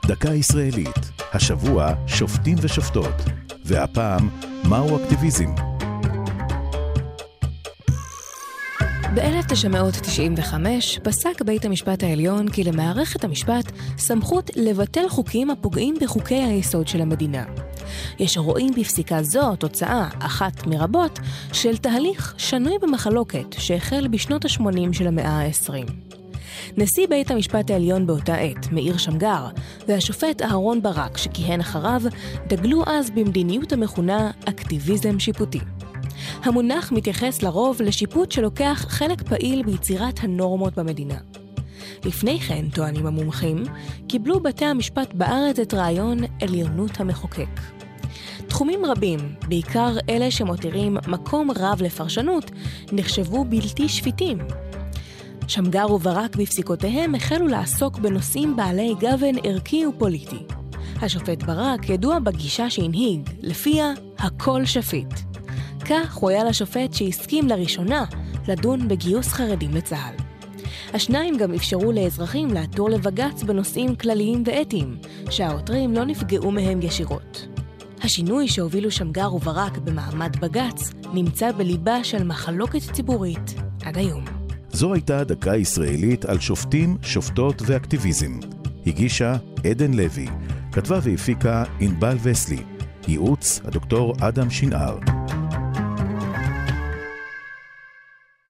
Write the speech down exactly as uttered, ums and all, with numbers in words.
דקה ישראלית, השבוע שופטים ושופטות, והפעם מהו אקטיביזם? ב-אלף תשע מאות תשעים וחמש פסק בית המשפט העליון כי למערכת המשפט סמכות לבטל חוקים הפוגעים בחוקי היסוד של המדינה. יש רואים בפסיקה זו תוצאה אחת מרבות של תהליך שנוי במחלוקת שהחל בשנות ה-שמונים של המאה ה-עשרים. נשיא בית המשפט העליון באותה עת, מאיר שמגר, והשופט אהרון ברק שכיהן אחריו, דגלו אז במדיניות המכונה אקטיביזם שיפוטי. המונח מתייחס לרוב לשיפוט שלוקח חלק פעיל ביצירת הנורמות במדינה. לפני כן, טוענים המומחים, קיבלו בתי המשפט בארץ את רעיון עליונות המחוקק. תחומים רבים, בעיקר אלה שמותירים מקום רב לפרשנות, נחשבו בלתי שפיטים. שמגר וברק בפסיקותיהם החלו לעסוק בנושאים בעלי גוון ערכי ופוליטי. השופט ברק ידוע בגישה שהנהיג, לפיה הכל שפיט. כך הוא היה לשופט שהסכים לראשונה לדון בגיוס חרדים לצה"ל. השניים גם אפשרו לאזרחים לעתור לבג"ץ בנושאים כלליים ואתיים, שהעותרים לא נפגעו מהם ישירות. השינוי שהובילו שמגר וברק במעמד בג"ץ נמצא בליבה של מחלוקת ציבורית עד היום. זו הייתה דקה ישראלית על שופטים, שופטות ואקטיביזם. הגישה עדן לוי, כתבה והפיקה ענבל וסלי, ייעוץ הדוקטור אדם שינער.